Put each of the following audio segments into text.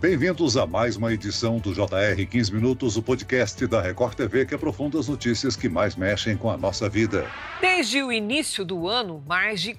Bem-vindos a mais uma edição do JR 15 Minutos, o podcast da Record TV que aprofunda as notícias que mais mexem com a nossa vida. Desde o início do ano, mais de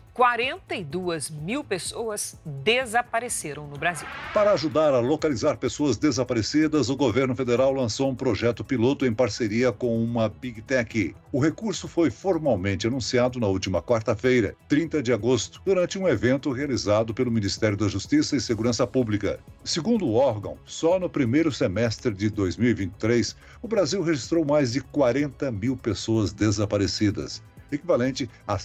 42 mil pessoas desapareceram no Brasil. Para ajudar a localizar pessoas desaparecidas, o governo federal lançou um projeto piloto em parceria com uma Big Tech. O recurso foi formalmente anunciado na última quarta-feira, 30 de agosto, durante um evento realizado pelo Ministério da Justiça e Segurança Pública. Segundo o órgão, só no primeiro semestre de 2023, o Brasil registrou mais de 40 mil pessoas desaparecidas, equivalente a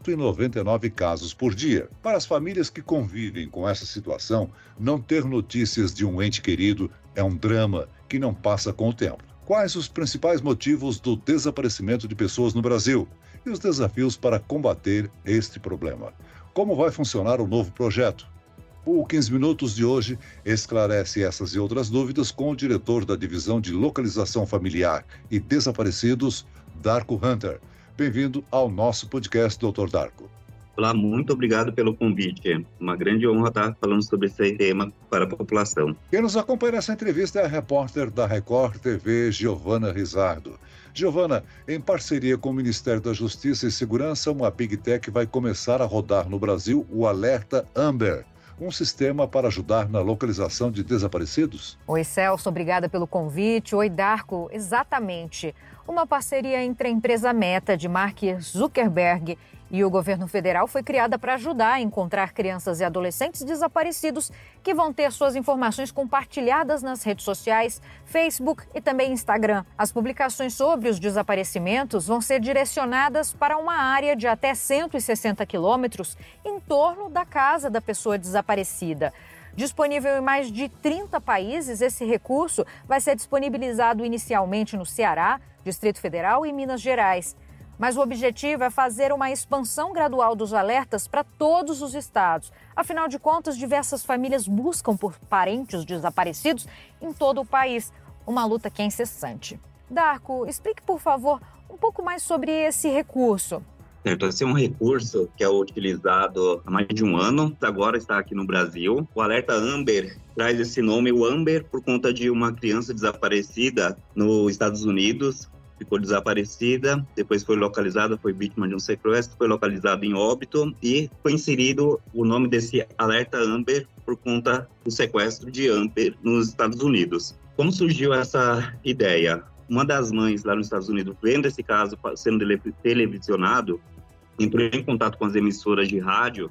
199 casos por dia. Para as famílias que convivem com essa situação, não ter notícias de um ente querido é um drama que não passa com o tempo. Quais os principais motivos do desaparecimento de pessoas no Brasil e os desafios para combater este problema? Como vai funcionar o novo projeto? O 15 Minutos de hoje esclarece essas e outras dúvidas com o diretor da Divisão de Localização Familiar e Desaparecidos, Darko Hunter. Bem-vindo ao nosso podcast, Dr. Darko. Olá, muito obrigado pelo convite. Uma grande honra estar falando sobre esse tema para a população. Quem nos acompanha nessa entrevista é a repórter da Record TV, Giovana Rizardo. Giovana, em parceria com o Ministério da Justiça e Segurança, uma Big Tech vai começar a rodar no Brasil o Alerta Amber, um sistema para ajudar na localização de desaparecidos? Oi, Celso, obrigada pelo convite. Oi, Darko, exatamente. Uma parceria entre a empresa Meta, de Mark Zuckerberg, e o governo federal foi criada para ajudar a encontrar crianças e adolescentes desaparecidos que vão ter suas informações compartilhadas nas redes sociais, Facebook e também Instagram. As publicações sobre os desaparecimentos vão ser direcionadas para uma área de até 160 quilômetros em torno da casa da pessoa desaparecida. Disponível em mais de 30 países, esse recurso vai ser disponibilizado inicialmente no Ceará, Distrito Federal e Minas Gerais. Mas o objetivo é fazer uma expansão gradual dos alertas para todos os estados. Afinal de contas, diversas famílias buscam por parentes desaparecidos em todo o país. Uma luta que é incessante. Darko, explique, por favor, um pouco mais sobre esse recurso. Certo, esse é um recurso que é utilizado há mais de um ano, agora está aqui no Brasil. O Alerta Amber traz esse nome, o Amber, por conta de uma criança desaparecida nos Estados Unidos. Ficou desaparecida, depois foi localizada, foi vítima de um sequestro, foi localizada em óbito e foi inserido o nome desse Alerta Amber por conta do sequestro de Amber nos Estados Unidos. Como surgiu essa ideia? Uma das mães lá nos Estados Unidos, vendo esse caso sendo televisionado, entrou em contato com as emissoras de rádio,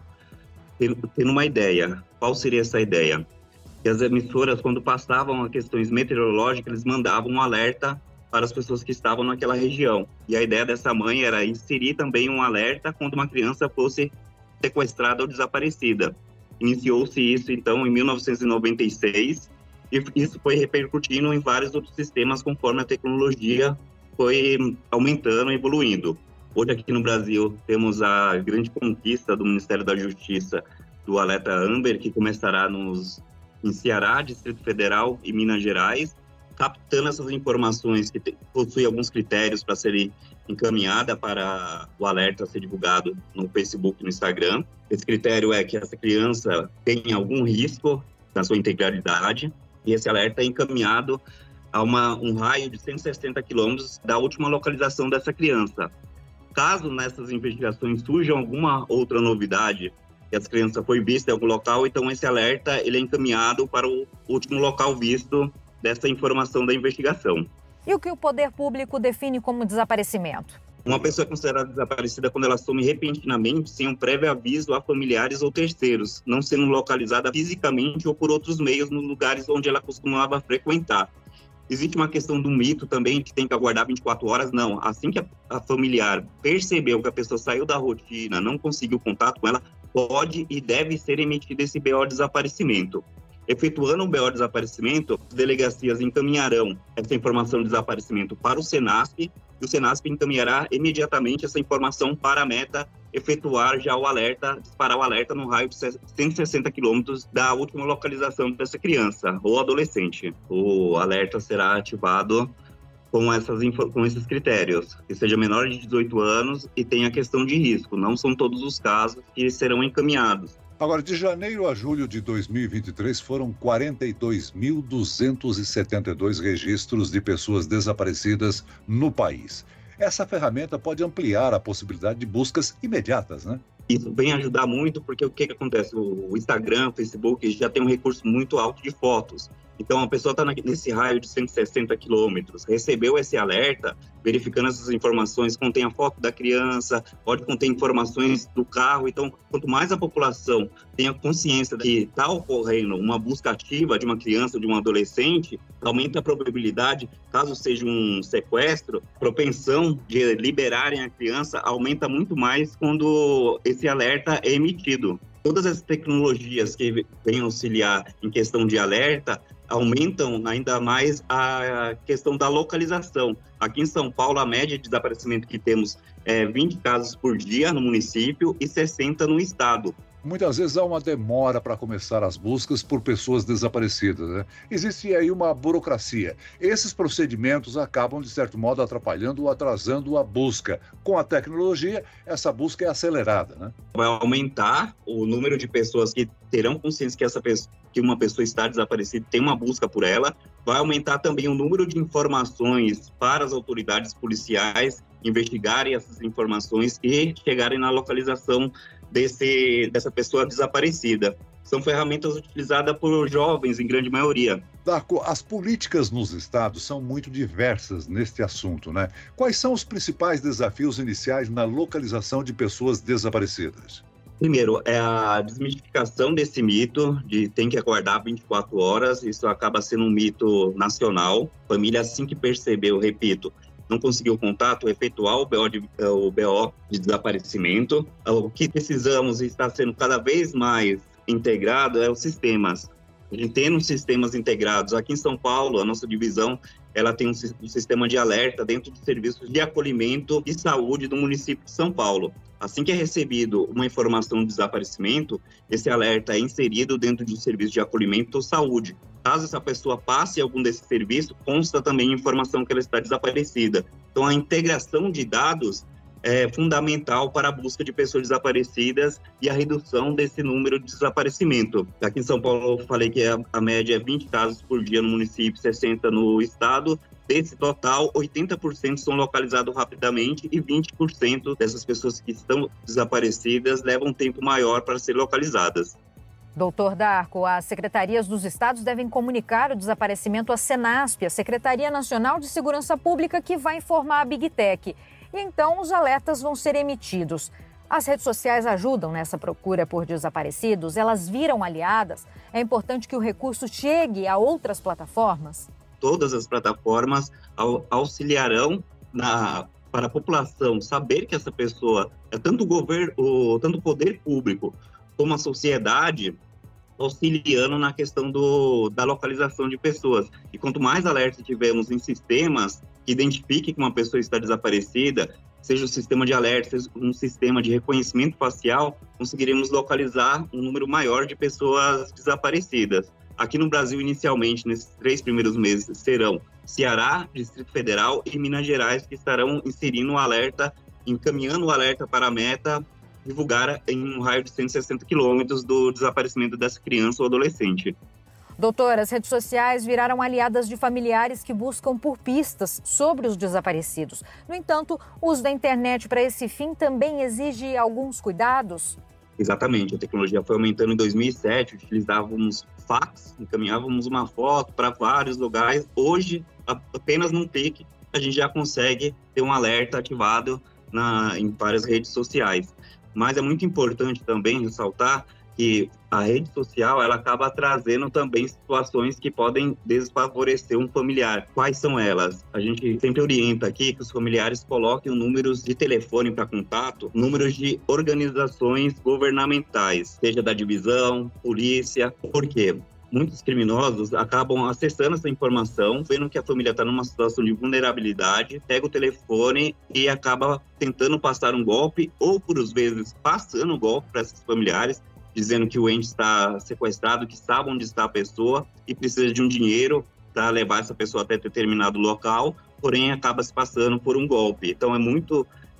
tendo uma ideia. Qual seria essa ideia? Que as emissoras, quando passavam a questões meteorológicas, eles mandavam um alerta para as pessoas que estavam naquela região. E a ideia dessa mãe era inserir também um alerta quando uma criança fosse sequestrada ou desaparecida. Iniciou-se isso, então, em 1996, e isso foi repercutindo em vários outros sistemas conforme a tecnologia foi aumentando e evoluindo. Hoje, aqui no Brasil, temos a grande conquista do Ministério da Justiça do Alerta Amber, que começará em Ceará, Distrito Federal e Minas Gerais, captando essas informações que possuem alguns critérios para serem encaminhadas para o alerta ser divulgado no Facebook e no Instagram. Esse critério é que essa criança tenha algum risco da sua integridade e esse alerta é encaminhado a um raio de 160 quilômetros da última localização dessa criança. Caso nessas investigações surjam alguma outra novidade, que essa criança foi vista em algum local, então esse alerta ele é encaminhado para o último local visto dessa informação da investigação. E o que o poder público define como desaparecimento? Uma pessoa é considerada desaparecida quando ela some repentinamente, sem um prévio aviso a familiares ou terceiros, não sendo localizada fisicamente ou por outros meios nos lugares onde ela costumava frequentar. Existe uma questão do mito também, que tem que aguardar 24 horas, não. Assim que a familiar percebeu que a pessoa saiu da rotina, não conseguiu contato com ela, pode e deve ser emitido esse BO desaparecimento. Efetuando um BO desaparecimento, as delegacias encaminharão essa informação de desaparecimento para o Senasp e o Senasp encaminhará imediatamente essa informação para a Meta efetuar já o alerta, disparar o alerta no raio de 160 quilômetros da última localização dessa criança ou adolescente. O alerta será ativado com esses critérios, que seja menor de 18 anos e tenha questão de risco. Não são todos os casos que serão encaminhados. Agora, de janeiro a julho de 2023, foram 42.272 registros de pessoas desaparecidas no país. Essa ferramenta pode ampliar a possibilidade de buscas imediatas, né? Isso vem ajudar muito, porque o que acontece? O Instagram, o Facebook já tem um recurso muito alto de fotos. Então, a pessoa está nesse raio de 160 quilômetros, recebeu esse alerta, verificando essas informações, contém a foto da criança, pode conter informações do carro. Então, quanto mais a população tenha consciência de que está ocorrendo uma busca ativa de uma criança ou de um adolescente, aumenta a probabilidade, caso seja um sequestro, propensão de liberarem a criança aumenta muito mais quando esse alerta é emitido. Todas as tecnologias que vêm auxiliar em questão de alerta aumentam ainda mais a questão da localização. Aqui em São Paulo, a média de desaparecimento que temos é 20 casos por dia no município e 60 no estado. Muitas vezes há uma demora para começar as buscas por pessoas desaparecidas, né? Existe aí uma burocracia. Esses procedimentos acabam, de certo modo, atrapalhando ou atrasando a busca. Com a tecnologia, essa busca é acelerada, né? Vai aumentar o número de pessoas que terão consciência que uma pessoa está desaparecida, tem uma busca por ela. Vai aumentar também o número de informações para as autoridades policiais investigarem essas informações e chegarem na localização dessa pessoa desaparecida. São ferramentas utilizadas por jovens, em grande maioria. Darco, as políticas nos estados são muito diversas neste assunto, né? Quais são os principais desafios iniciais na localização de pessoas desaparecidas? Primeiro, é a desmistificação desse mito de tem que aguardar 24 horas. Isso acaba sendo um mito nacional. A família, assim que percebeu, repito, não conseguiu contato, efetuar o BO de desaparecimento. O que precisamos e está sendo cada vez mais integrado é os sistemas. A gente tem uns sistemas integrados. Aqui em São Paulo, a nossa divisão, ela tem um sistema de alerta dentro dos serviços de acolhimento e saúde do município de São Paulo. Assim que é recebido uma informação de desaparecimento, esse alerta é inserido dentro de um serviço de acolhimento ou saúde. Caso essa pessoa passe algum desses serviços, consta também a informação que ela está desaparecida. Então, a integração de dados é fundamental para a busca de pessoas desaparecidas e a redução desse número de desaparecimento. Aqui em São Paulo, eu falei que a média é 20 casos por dia no município, 60 no estado. Desse total, 80% são localizados rapidamente e 20% dessas pessoas que estão desaparecidas levam um tempo maior para serem localizadas. Doutor Darco, as secretarias dos estados devem comunicar o desaparecimento à Senasp, a Secretaria Nacional de Segurança Pública, que vai informar a Big Tech. E então os alertas vão ser emitidos. As redes sociais ajudam nessa procura por desaparecidos? Elas viram aliadas? É importante que o recurso chegue a outras plataformas? Todas as plataformas auxiliarão para a população saber que essa pessoa, tanto o governo, tanto o poder público como a sociedade, auxiliando na questão da localização de pessoas. E quanto mais alerta tivermos em sistemas que identifiquem que uma pessoa está desaparecida, seja um sistema de alerta, seja um sistema de reconhecimento facial, conseguiremos localizar um número maior de pessoas desaparecidas. Aqui no Brasil, inicialmente, nesses 3 primeiros meses, serão Ceará, Distrito Federal e Minas Gerais, que estarão inserindo o alerta, encaminhando o alerta para a meta, divulgar em um raio de 160 quilômetros do desaparecimento dessa criança ou adolescente. Doutora, as redes sociais viraram aliadas de familiares que buscam por pistas sobre os desaparecidos. No entanto, o uso da internet para esse fim também exige alguns cuidados? Exatamente, a tecnologia foi aumentando em 2007, utilizávamos fax, encaminhávamos uma foto para vários lugares. Hoje, apenas num clique, a gente já consegue ter um alerta ativado em várias redes sociais. Mas é muito importante também ressaltar que a rede social ela acaba trazendo também situações que podem desfavorecer um familiar. Quais são elas? A gente sempre orienta aqui que os familiares coloquem números de telefone para contato, números de organizações governamentais, seja da divisão, polícia. Por quê? Muitos criminosos acabam acessando essa informação, vendo que a família está numa situação de vulnerabilidade, pega o telefone e acaba tentando passar um golpe, ou por vezes passando um golpe para esses familiares, dizendo que o ente está sequestrado, que sabe onde está a pessoa e precisa de um dinheiro para levar essa pessoa até determinado local, porém acaba se passando por um golpe. Então é muito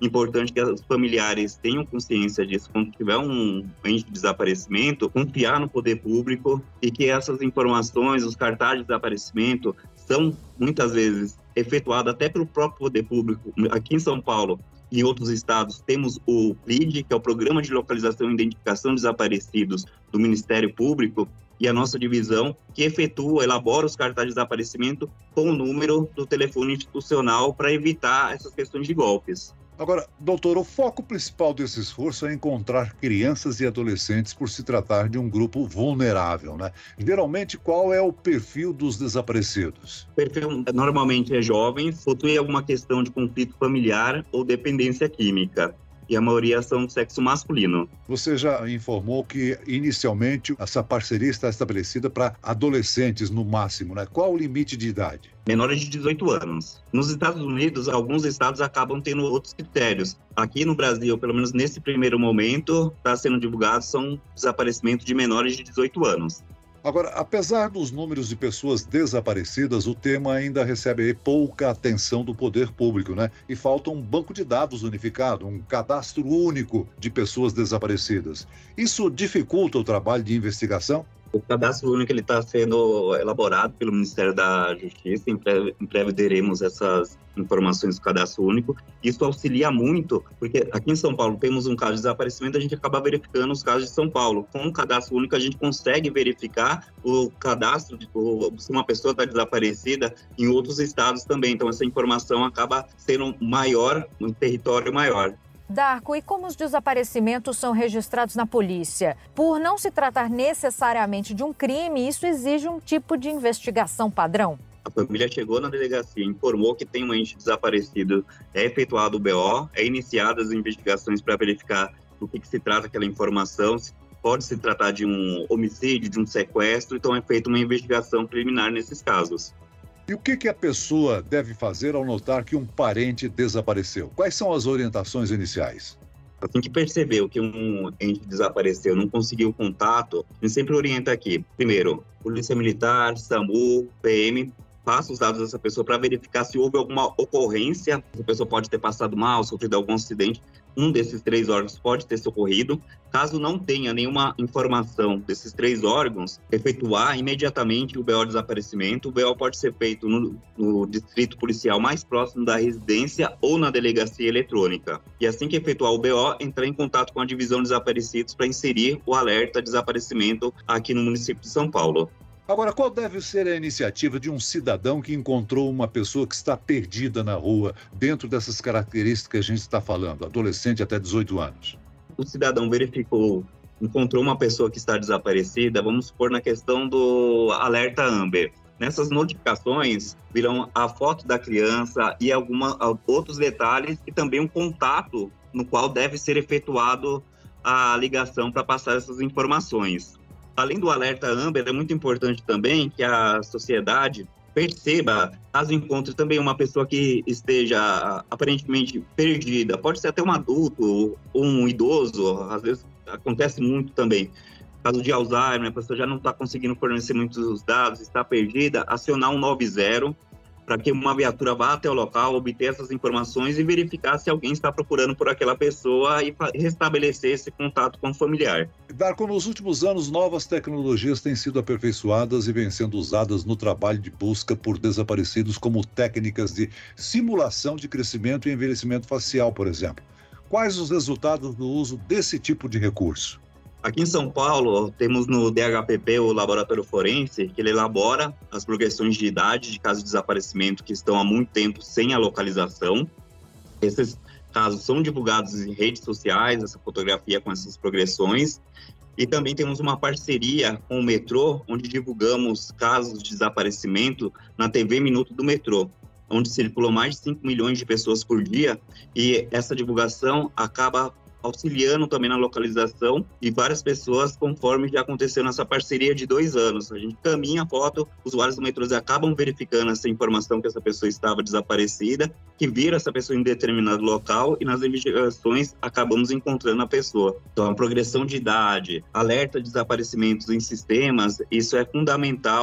Importante que os familiares tenham consciência disso. Quando tiver um ente de desaparecimento, confiar no poder público e que essas informações, os cartazes de desaparecimento, são muitas vezes efetuados até pelo próprio poder público. Aqui em São Paulo e em outros estados, temos o PLID, que é o Programa de Localização e Identificação de Desaparecidos do Ministério Público, e a nossa divisão, que elabora os cartazes de desaparecimento com o número do telefone institucional para evitar essas questões de golpes. Agora, doutor, o foco principal desse esforço é encontrar crianças e adolescentes por se tratar de um grupo vulnerável, né? Geralmente, qual é o perfil dos desaparecidos? O perfil normalmente é jovem, possui alguma questão de conflito familiar ou dependência química. E a maioria são do sexo masculino. Você já informou que, inicialmente, essa parceria está estabelecida para adolescentes no máximo, né? Qual o limite de idade? Menores de 18 anos. Nos Estados Unidos, alguns estados acabam tendo outros critérios. Aqui no Brasil, pelo menos nesse primeiro momento, está sendo divulgado são desaparecimentos de menores de 18 anos. Agora, apesar dos números de pessoas desaparecidas, o tema ainda recebe pouca atenção do poder público, né? E falta um banco de dados unificado, um cadastro único de pessoas desaparecidas. Isso dificulta o trabalho de investigação? O cadastro único está sendo elaborado pelo Ministério da Justiça. Em breve teremos essas informações do cadastro único. Isso auxilia muito, porque aqui em São Paulo temos um caso de desaparecimento, a gente acaba verificando os casos de São Paulo. Com o cadastro único, a gente consegue verificar o cadastro de se uma pessoa está desaparecida em outros estados também. Então, essa informação acaba sendo maior, um território maior. Darko, e como os desaparecimentos são registrados na polícia? Por não se tratar necessariamente de um crime, isso exige um tipo de investigação padrão? A família chegou na delegacia, informou que tem um ente desaparecido, é efetuado o BO, é iniciadas as investigações para verificar do que se trata aquela informação, se pode se tratar de um homicídio, de um sequestro, então é feita uma investigação preliminar nesses casos. E o que a pessoa deve fazer ao notar que um parente desapareceu? Quais são as orientações iniciais? Assim que percebeu que um ente desapareceu, não conseguiu contato, a gente sempre orienta aqui. Primeiro, Polícia Militar, SAMU, PM, passa os dados dessa pessoa para verificar se houve alguma ocorrência. Essa pessoa pode ter passado mal, sofrido algum acidente. Um desses 3 órgãos pode ter socorrido. Caso não tenha nenhuma informação desses 3 órgãos, efetuar imediatamente o BO de desaparecimento. O BO pode ser feito no distrito policial mais próximo da residência ou na delegacia eletrônica. E assim que efetuar o BO, entrar em contato com a divisão de desaparecidos para inserir o alerta de desaparecimento aqui no município de São Paulo. Agora, qual deve ser a iniciativa de um cidadão que encontrou uma pessoa que está perdida na rua, dentro dessas características que a gente está falando, adolescente até 18 anos? O cidadão verificou, encontrou uma pessoa que está desaparecida, vamos supor na questão do alerta Amber. Nessas notificações virão a foto da criança e outros detalhes e também um contato no qual deve ser efetuado a ligação para passar essas informações. Além do alerta Amber, é muito importante também que a sociedade perceba, caso encontre também uma pessoa que esteja aparentemente perdida, pode ser até um adulto ou um idoso, às vezes acontece muito também. Caso de Alzheimer, a pessoa já não está conseguindo fornecer muitos dados, está perdida, acionar 190 para que uma viatura vá até o local, obter essas informações e verificar se alguém está procurando por aquela pessoa e restabelecer esse contato com o familiar. Darko, nos últimos anos, novas tecnologias têm sido aperfeiçoadas e vêm sendo usadas no trabalho de busca por desaparecidos, como técnicas de simulação de crescimento e envelhecimento facial, por exemplo. Quais os resultados do uso desse tipo de recurso? Aqui em São Paulo, temos no DHPP o Laboratório Forense, que ele elabora as progressões de idade de casos de desaparecimento que estão há muito tempo sem a localização. Esses casos são divulgados em redes sociais, essa fotografia com essas progressões. E também temos uma parceria com o metrô, onde divulgamos casos de desaparecimento na TV Minuto do Metrô, onde circulam mais de 5 milhões de pessoas por dia. E essa divulgação acaba auxiliando também na localização de várias pessoas, conforme já aconteceu nessa parceria de 2 anos. A gente caminha a foto, os usuários do metrô acabam verificando essa informação que essa pessoa estava desaparecida, que viram essa pessoa em determinado local e nas investigações acabamos encontrando a pessoa. Então, a progressão de idade, alerta de desaparecimentos em sistemas, isso é fundamental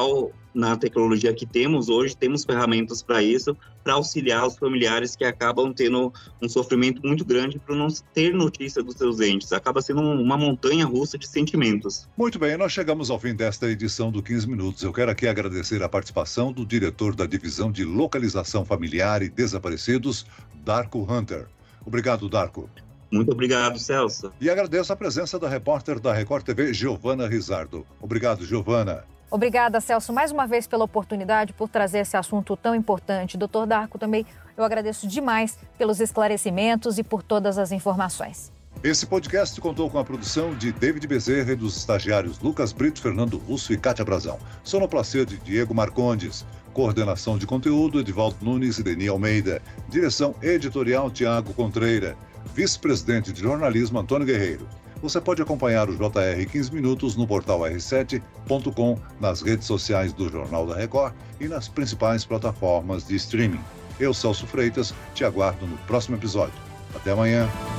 na tecnologia que temos hoje, temos ferramentas para isso, para auxiliar os familiares que acabam tendo um sofrimento muito grande por não ter notícia dos seus entes. Acaba sendo uma montanha-russa de sentimentos. Muito bem, nós chegamos ao fim desta edição do 15 Minutos. Eu quero aqui agradecer a participação do diretor da Divisão de Localização Familiar e Desaparecidos, Darko Hunter. Obrigado, Darko. Muito obrigado, Celso. E agradeço a presença da repórter da Record TV, Giovana Rizardo. Obrigado, Giovana. Obrigada, Celso, mais uma vez pela oportunidade, por trazer esse assunto tão importante. Doutor Darko, também eu agradeço demais pelos esclarecimentos e por todas as informações. Esse podcast contou com a produção de David Bezerra e dos estagiários Lucas Brito, Fernando Russo e Kátia Brazão. Sonoplastia de Diego Marcondes. Coordenação de conteúdo, Edivaldo Nunes e Deni Almeida. Direção editorial, Tiago Contreira. Vice-presidente de jornalismo, Antônio Guerreiro. Você pode acompanhar o JR 15 Minutos no portal r7.com, nas redes sociais do Jornal da Record e nas principais plataformas de streaming. Eu, Celso Freitas, te aguardo no próximo episódio. Até amanhã.